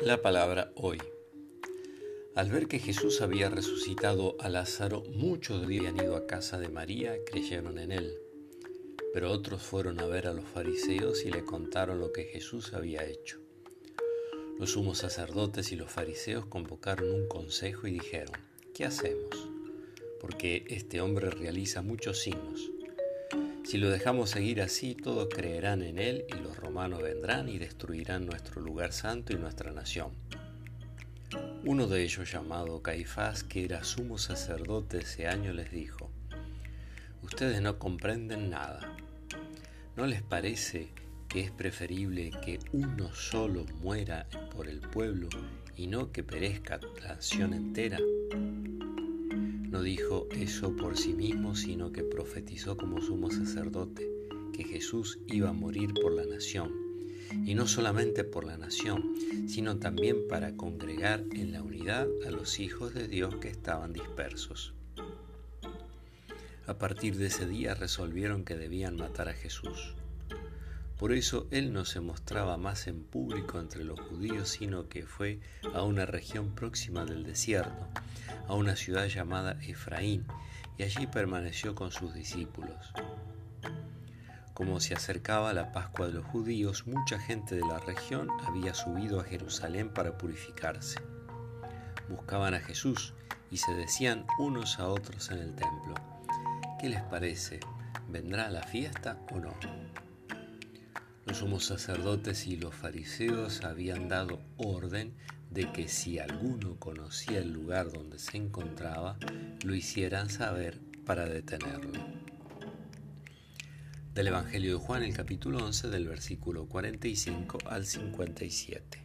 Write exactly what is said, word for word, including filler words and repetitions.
La palabra hoy. Al ver que Jesús había resucitado a Lázaro, muchos habían ido a casa de María, creyeron en él. Pero otros fueron a ver a los fariseos y le contaron lo que Jesús había hecho. Los sumos sacerdotes y los fariseos convocaron un consejo y dijeron: ¿qué hacemos? Porque este hombre realiza muchos signos. Si lo dejamos seguir así, todos creerán en él y los romanos vendrán y destruirán nuestro lugar santo y nuestra nación. Uno de ellos, llamado Caifás, que era sumo sacerdote ese año, les dijo: ustedes no comprenden nada. ¿No les parece que es preferible que uno solo muera por el pueblo y no que perezca la nación entera? No dijo eso por sí mismo, sino que profetizó como sumo sacerdote que Jesús iba a morir por la nación, y no solamente por la nación, sino también para congregar en la unidad a los hijos de Dios que estaban dispersos. A partir de ese día resolvieron que debían matar a Jesús. Por eso él no se mostraba más en público entre los judíos, sino que fue a una región próxima del desierto, a una ciudad llamada Efraín, y allí permaneció con sus discípulos. Como se acercaba la Pascua de los judíos, mucha gente de la región había subido a Jerusalén para purificarse. Buscaban a Jesús y se decían unos a otros en el templo: ¿qué les parece? ¿Vendrá a la fiesta o no? Los sumos sacerdotes y los fariseos habían dado orden de que si alguno conocía el lugar donde se encontraba, lo hicieran saber para detenerlo. Del Evangelio de Juan, el capítulo once, del versículo cuarenta y cinco al cincuenta y siete.